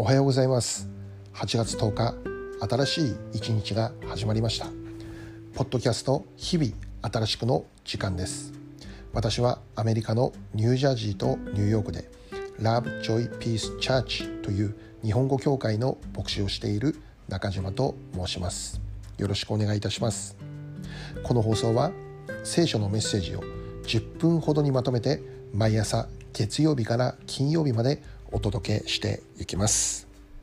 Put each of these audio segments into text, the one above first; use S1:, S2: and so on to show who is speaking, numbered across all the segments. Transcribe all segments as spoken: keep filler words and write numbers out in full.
S1: はようございます。はちがつとおか、新しい一日が始まりました。ポッドキャスト日々新しくの時間です。私はアメリカのニュージャージーとニューヨークで Love Joy Peace Church という日本語教会の牧師をしている中島と申します。よろしくお願いいたします。この放送は聖書のメッセージをじゅっぷんほどにまとめて毎朝月曜日から金曜日までお届けしていきます。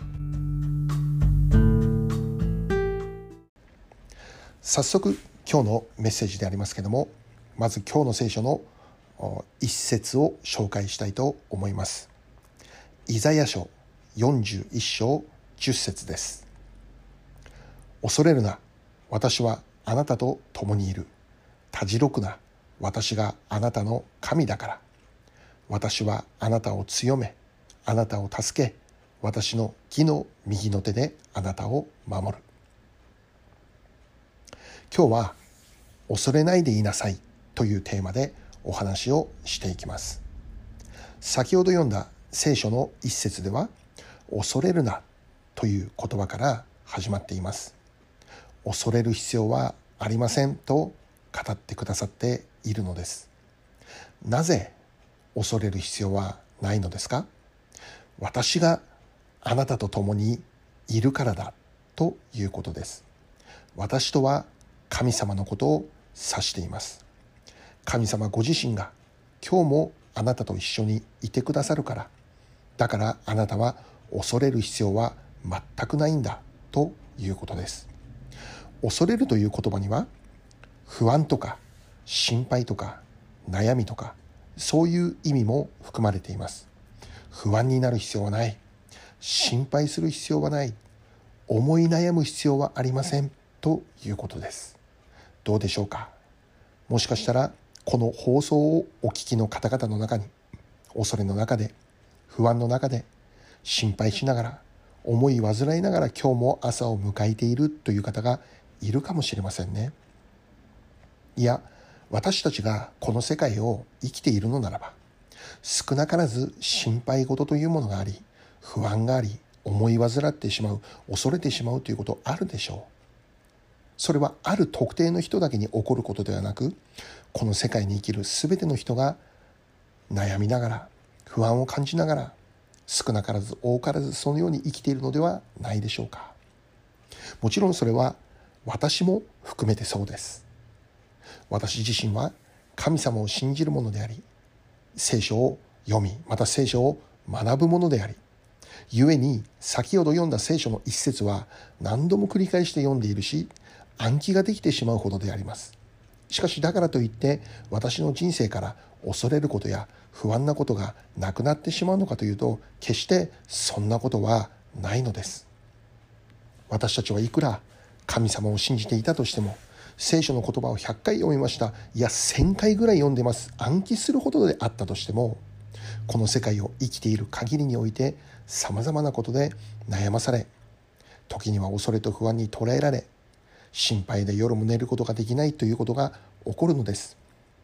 S1: 早速今日のメッセージでありますけれども、まず今日の聖書の一節を紹介したいと思います。イザヤ書よんじゅういっしょうじゅっせつです。恐れるな、私はあなたと共にいる。たじろくな、私があなたの神だから。私はあなたを強め、あなたを助け、私の義の右の手であなたを守る。今日は恐れないでいなさいというテーマでお話をしていきます。先ほど読んだ聖書の一節では、恐れるなという言葉から始まっています。恐れる必要はありませんと語ってくださっているのです。なぜ恐れる必要はないのですか？私があなたと共にいるからだということです。私とは神様のことを指しています。神様ご自身が今日もあなたと一緒にいてくださるから、だからあなたは恐れる必要は全くないんだということです。恐れるという言葉には不安とか心配とか悩みとかそういう意味も含まれています。不安になる必要はない、心配する必要はない、思い悩む必要はありませんということです。どうでしょうか？もしかしたらこの放送をお聞きの方々の中に、恐れの中で不安の中で心配しながら思い煩いながら今日も朝を迎えているという方がいるかもしれませんね。いや、私たちがこの世界を生きているのならば、少なからず心配事というものがあり、不安があり、思い煩ってしまう、恐れてしまうということあるでしょう。それはある特定の人だけに起こることではなく、この世界に生きるすべての人が悩みながら、不安を感じながら、少なからず多からずそのように生きているのではないでしょうか。もちろんそれは私も含めてそうです。私自身は神様を信じる者であり、聖書を読み、また聖書を学ぶ者であり、故に先ほど読んだ聖書の一節は何度も繰り返して読んでいるし、暗記ができてしまうほどであります。しかしだからといって私の人生から恐れることや不安なことがなくなってしまうのかというと、決してそんなことはないのです。私たちはいくら神様を信じていたとしても、聖書の言葉をひゃっかい読みました、いやせんかいぐらい読んでます、暗記するほどであったとしても、この世界を生きている限りにおいてさまざまなことで悩まされ、時には恐れと不安に捉えられ、心配で夜も寝ることができないということが起こるのです。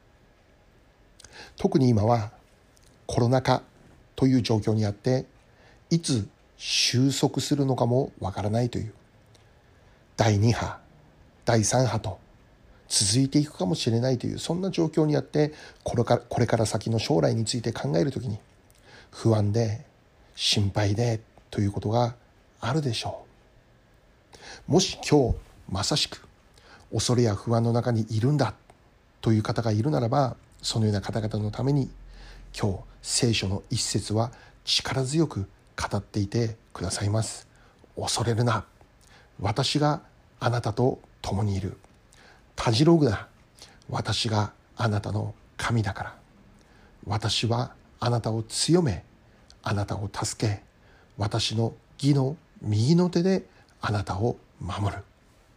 S1: 特に今はコロナ禍という状況にあって、いつ収束するのかもわからないという、だいにはだいさんはと続いていくかもしれないという、そんな状況にあって、これから、これから先の将来について考えるときに不安で心配でということがあるでしょう。もし今日まさしく恐れや不安の中にいるんだという方がいるならば、そのような方々のために今日聖書の一節は力強く語っていてくださいます。恐れるな、私があなたと共にいる。たじろぐな、私があなたの神だから。私はあなたを強め、あなたを助け、私の義の右の手であなたを守る。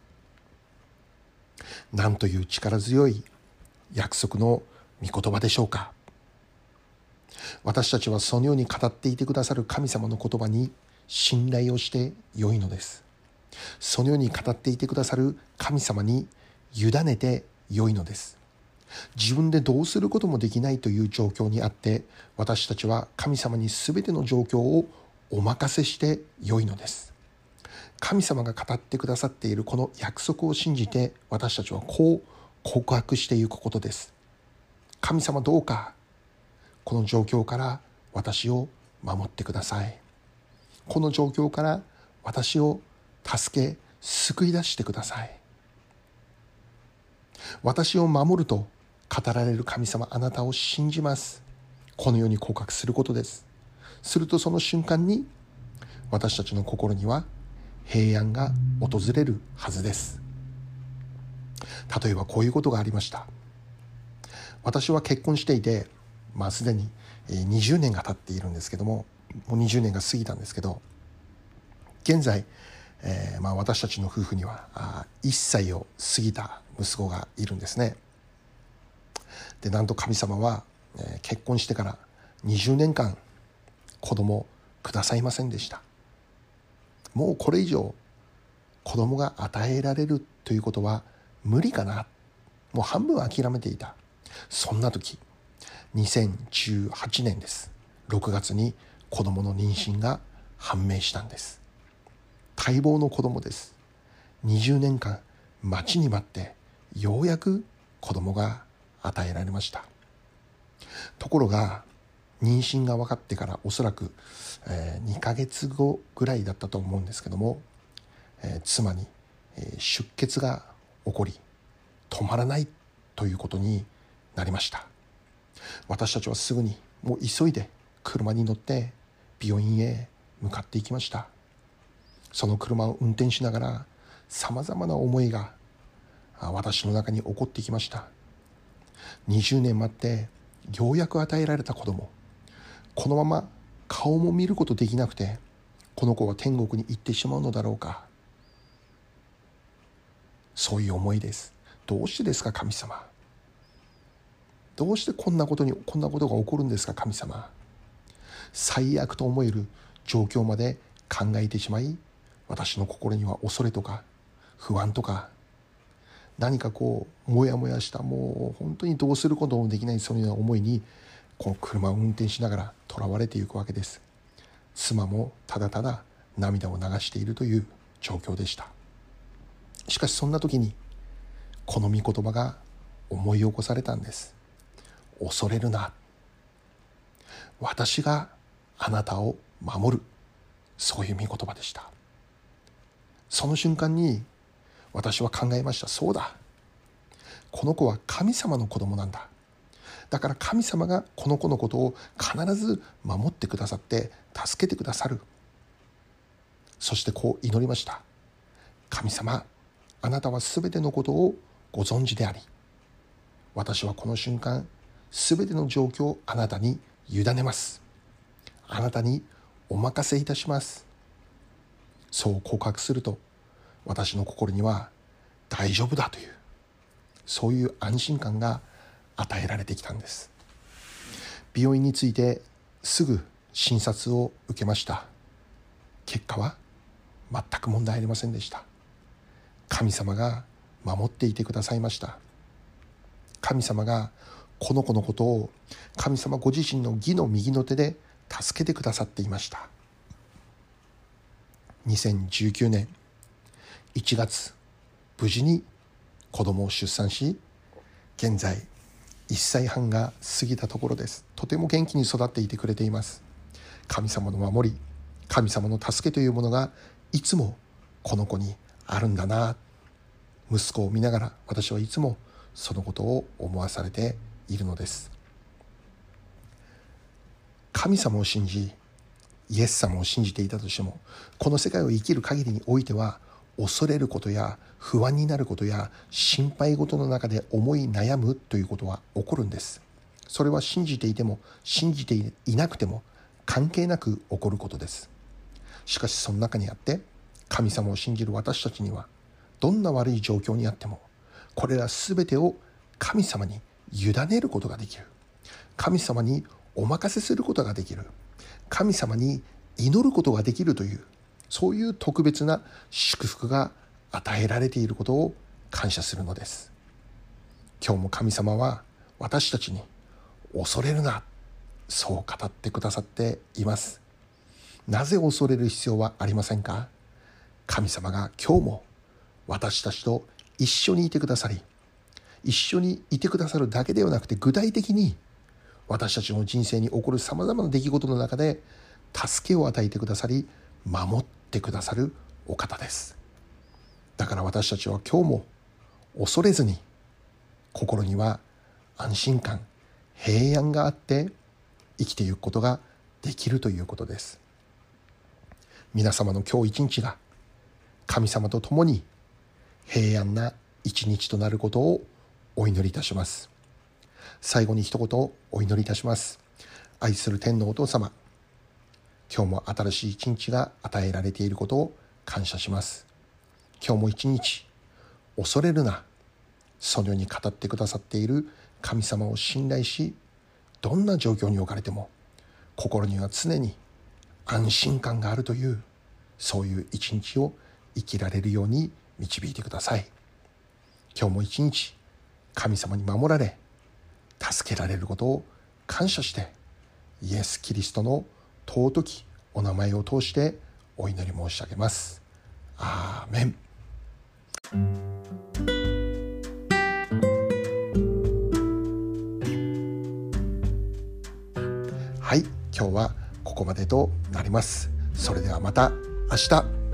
S1: なんという力強い約束の御言葉でしょうか。私たちはそのように語っていてくださる神様の言葉に信頼をしてよいのです。そのように語っていてくださる神様に委ねてよいのです。自分でどうすることもできないという状況にあって、私たちは神様に全ての状況をお任せしてよいのです。神様が語ってくださっているこの約束を信じて、私たちはこう告白していくことです。神様、どうかこの状況から私を守ってください。この状況から私を助け救い出してください。私を守ると語られる神様、あなたを信じます。このように告白することです。するとその瞬間に私たちの心には平安が訪れるはずです。例えばこういうことがありました。私は結婚していて、まあすでににじゅうねんが経っているんですけども、もうにじゅうねんが過ぎたんですけど、現在、えー、まあ私たちの夫婦にはあいっさいを過ぎた息子がいるんですね。で、なんと神様は、えー、結婚してからにじゅうねんかん子供をくださいませんでした。もうこれ以上子供が与えられるということは無理かな、もう半分諦めていた。そんな時、にせんじゅうはちねんです。ろくがつに子供の妊娠が判明したんです。待望の子供です。にじゅうねんかん待ちに待ってようやく子供が与えられました。ところが妊娠が分かってからおそらく、えー、にかげつごぐらいだったと思うんですけども、えー、妻に、えー、出血が起こり止まらないということになりました。私たちはすぐにもう急いで車に乗って病院へ向かっていきました。その車を運転しながらさまざまな思いが私の中に起こってきました。にじゅうねん待ってようやく与えられた子供、このまま顔も見ることできなくてこの子は天国に行ってしまうのだろうか、そういう思いです。どうしてですか神様、どうしてこんなことにこんなことが起こるんですか神様。最悪と思える状況まで考えてしまい、私の心には恐れとか不安とか、何かこうもやもやした、もう本当にどうすることもできない、そのような思いにこの車を運転しながらとらわれていくわけです。妻もただただ涙を流しているという状況でした。しかしそんな時にこの御言葉が思い起こされたんです。恐れるな、私があなたを守る、そういう御言葉でした。その瞬間に私は考えました。そうだ、この子は神様の子供なんだ。だから神様がこの子のことを必ず守ってくださって助けてくださる。そしてこう祈りました。神様、あなたはすべてのことをご存知であり、私はこの瞬間すべての状況をあなたに委ねます。あなたにお任せいたします。そう告白すると、私の心には大丈夫だという、そういう安心感が与えられてきたんです。病院に着いてすぐ診察を受けました。結果は全く問題ありませんでした。神様が守っていてくださいました。神様がこの子のことを神様ご自身の義の右の手で助けてくださっていました。にせんじゅうきゅうねんいちがつ、無事に子供を出産し、現在いっさいはんが過ぎたところです。とても元気に育っていてくれています。神様の守り、神様の助けというものがいつもこの子にあるんだな。息子を見ながら私はいつもそのことを思わされているのです。神様を信じ、イエス様を信じていたとしても、この世界を生きる限りにおいては、恐れることや不安になることや心配事の中で思い悩むということは起こるんです。それは信じていても信じていなくても関係なく起こることです。しかしその中にあって、神様を信じる私たちには、どんな悪い状況にあってもこれら全てを神様に委ねることができる。神様にお任せすることができる。神様に祈ることができるという、そういう特別な祝福が与えられていることを感謝するのです。今日も神様は私たちに恐れるな、そう語ってくださっています。 なぜ恐れる必要はありませんか？神様が今日も私たちと一緒にいてくださり、一緒にいてくださるだけではなくて、具体的に私たちの人生に起こるさまざまな出来事の中で助けを与えてくださり、守ってくださるお方です。だから私たちは今日も恐れずに、心には安心感、平安があって生きていくことができるということです。皆様の今日一日が神様と共に平安な一日となることをお祈りいたします。最後に一言お祈りいたします。愛する天のお父様、今日も新しい一日が与えられていることを感謝します。今日も一日恐れるな、そのように語ってくださっている神様を信頼し、どんな状況に置かれても心には常に安心感があるという、そういう一日を生きられるように導いてください。今日も一日神様に守られ助けられることを感謝して、イエス・キリストの尊きお名前を通してお祈り申し上げます。アーメン。はい、今日はここまでとなります。それではまた明日。